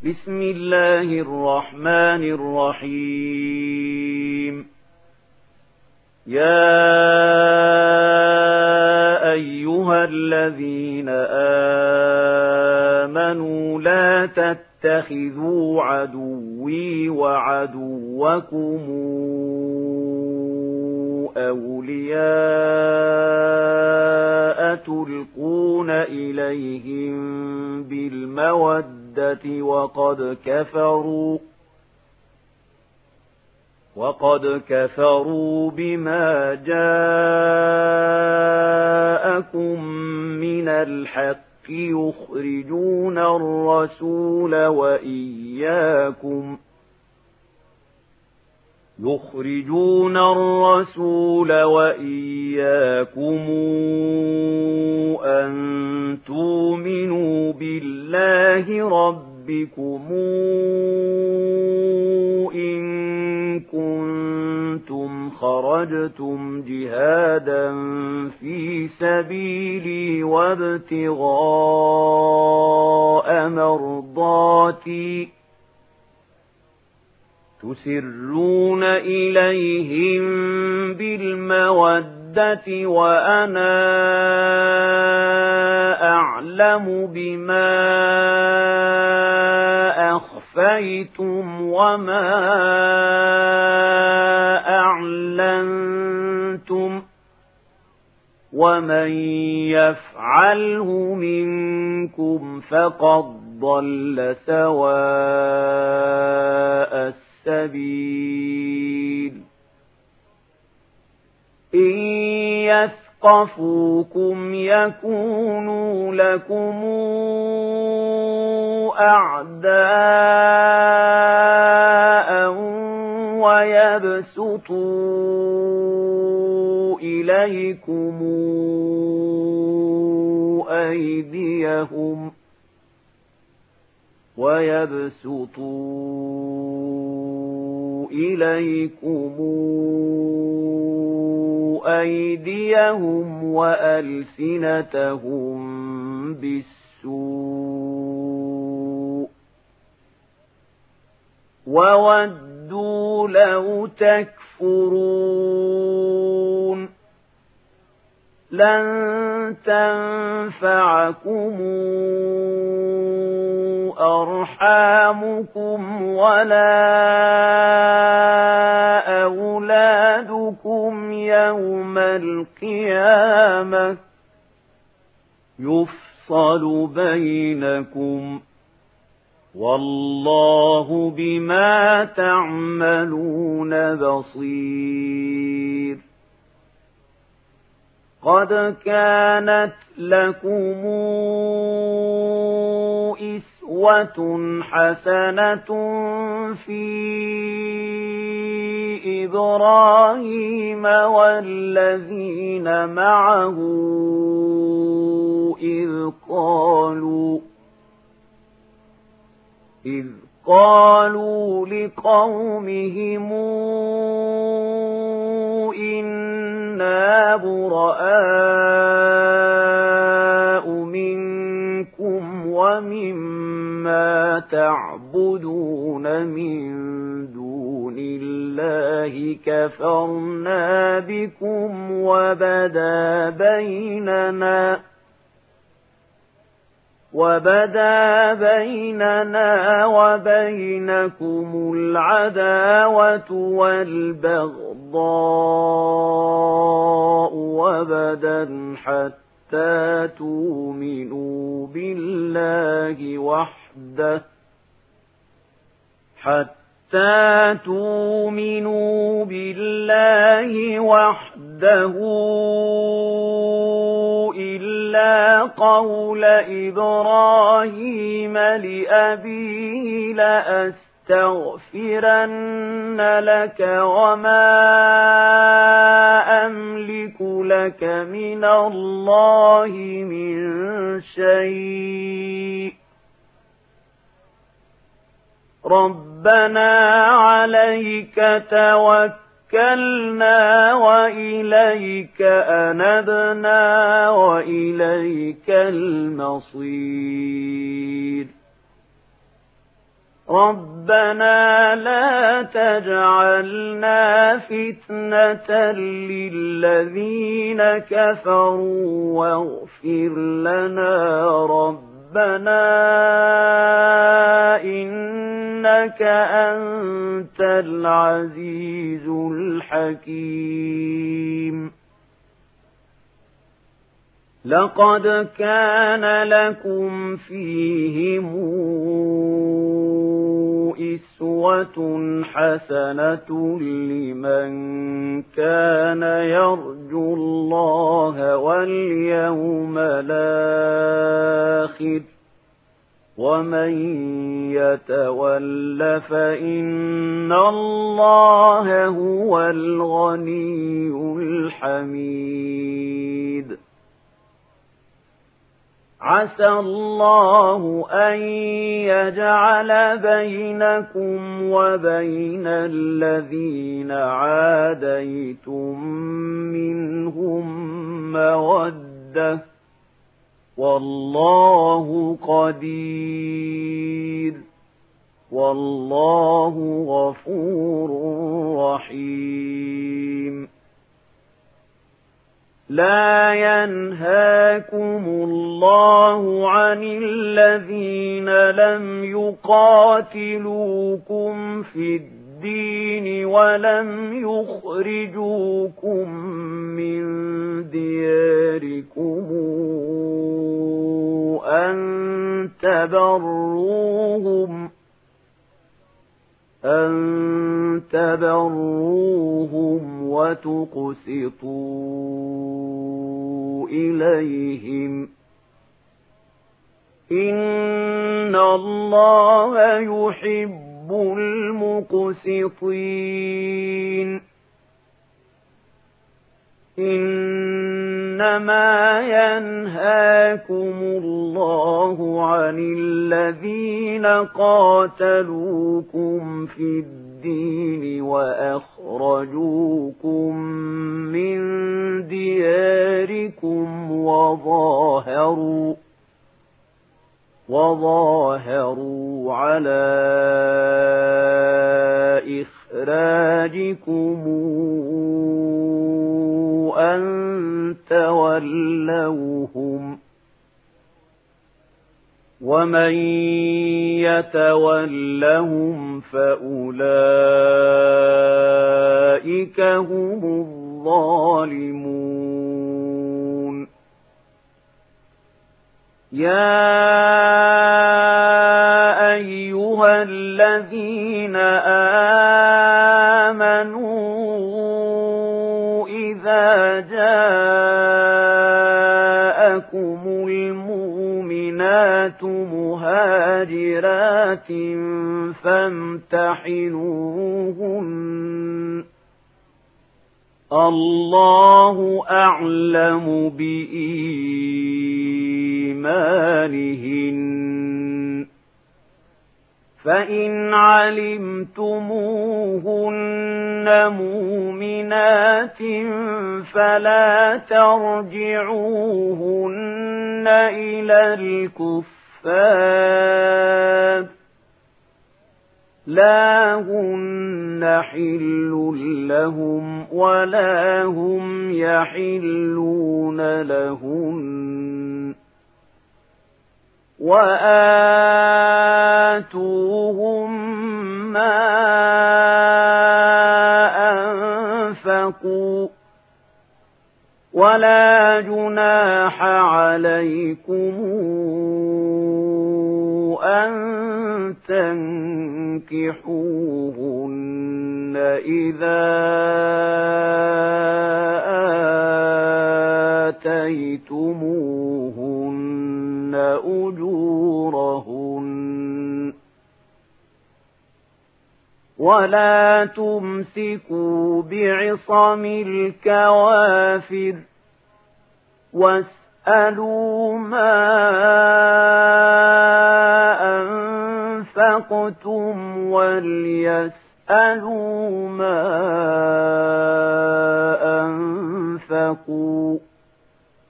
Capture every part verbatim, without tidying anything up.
بسم الله الرحمن الرحيم. يا أيها الذين آمنوا لا تتخذوا عدوي وعدوكم أولياء تلقون إليهم بالمودة وقد كفروا وقد كفروا بما جاءكم من الحق يخرجون الرسول وإياكم يخرجون الرسول وإياكم أن تؤمنوا بالله ربكم إن كنتم خرجتم جهادا في سبيلي وابتغاء مرضاتي تسرون إليهم بالمودة وأنا أعلم بما أخفيتم وما أعلنتم ومن يفعله منكم فقد ضل سواء السبيل. إن يثقفوكم يكونوا لكم أعداء ويبسطوا إليكم أيديهم ويبسطوا إليكم أيديهم وألسنتهم بالسوء وودوا لو تكفرون. لن تنفعكم أرحامكم ولا أولادكم يوم القيامة يفصل بينكم والله بما تعملون بصير. قد كانت لكم أسوة حسنة في إبراهيم والذين معه إذ قالوا إذ قالوا لقومهم إنا براء منكم ومما تعبدون من دون الله كفرنا بكم وبدا بيننا وبدا بيننا وبينكم العداوة والبغضاء وبدا حتى تؤمنوا بالله وحده حتى تؤمنوا بالله وحده إلا قول إبراهيم لأبيه لأستغفرن لك وما أملك لك من الله من شيء ربنا عليك توكلنا وإليك أنبنا وإليك المصير ربنا لا تجعلنا فتنة للذين كفروا واغفر لنا ربنا إنك أنت العزيز الحكيم. لقد كان لكم فيهم أسوة حسنة لمن كان يرجو الله واليوم الآخر ومن يتول فإن الله هو الغني الحميد. عسى الله أن يجعل بينكم وبين الذين عاديتم منهم مودة والله قدير والله غفور رحيم. لا ينهاكم الله عن الذين لم يقاتلوكم في الدين ولم يخرجوكم من دياركم أن تبروهم أن تبروهم وتقسطوا إليهم إن الله يحب المقسطين. إنما ينهاكم الله عن الذين قاتلوكم في الدين وأخرجوكم من دياركم وظاهروا وظاهروا على إخراجكم أن تولوهم ومن يتولهم فأولئك هم الظالمون. يا أيها الذين آمنوا إذا جاءكم المؤمنات مهاجرات فامتحنوهن الله أعلم بإيمانهن فإن علمتموهن مؤمنات فلا ترجعوهن إلى الكفار لا هن حل لهم ولا هم يحلون لهن وآتوهم ما أنفقوا ولا جناح عليكم أن تنكحوهن إذا آتيتموهن أجورهن ولا تمسكوا بعصم الكوافر واسألوا ما أنفقتم وليسألوا ما أنفقوا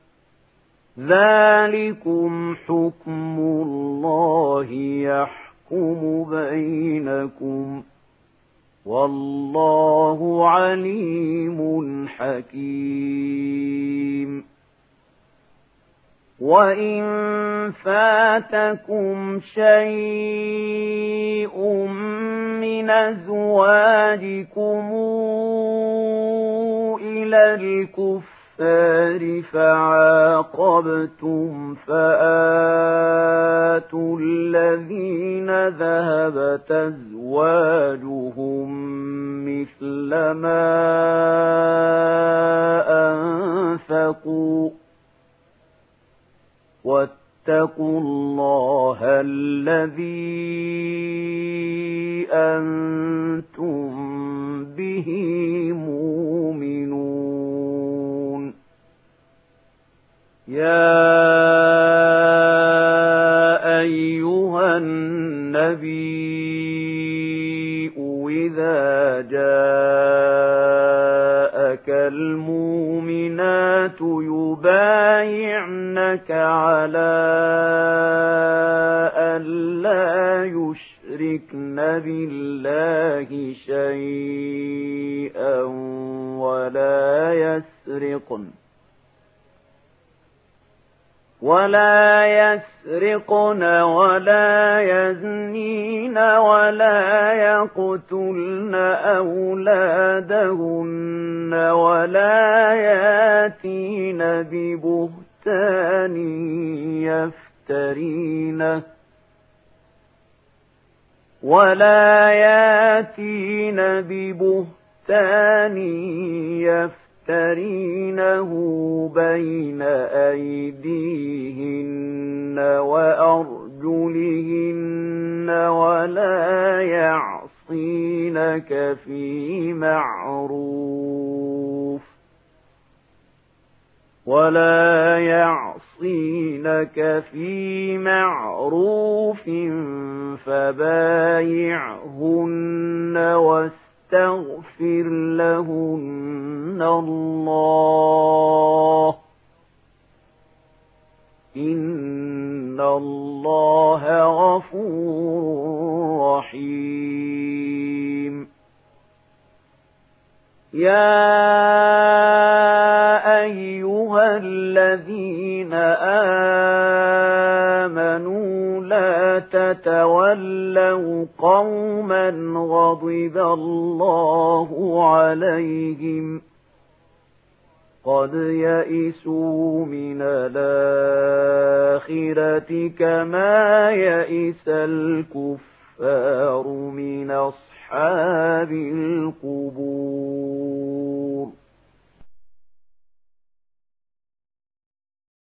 ذلكم حكم الله يحكم يحكم بينكم والله عليم حكيم. وإن فاتكم شيء من أزواجكم إلى الكفار فعاقبتم فآتوا الذين ذهبت أزواجهم مثل ما أنفقوا واتقوا الله الذي أنتم به مؤمنون. يا أيها النبي إذا جاءك المؤمنات يبايعنك على أن لا يشركن بالله شيئا ولا يسرقن ولا يسرقن ولا يزنين ولا يقتلن أولادهن ولا ياتين ببهتان يفترينه ولا ياتين ببهتان يفترينه بين أيديهن وأرجلهن ولا يعصينك في معروف ولا يعصينك في معروف فبايعهن واستغفر لهن الله إن الله غفور رحيم. يا أيها الذين آمنوا لا تتولوا قوما غضب الله عليهم قد يئسوا من الآخرة كما يئس الكفار من أصحاب القبور.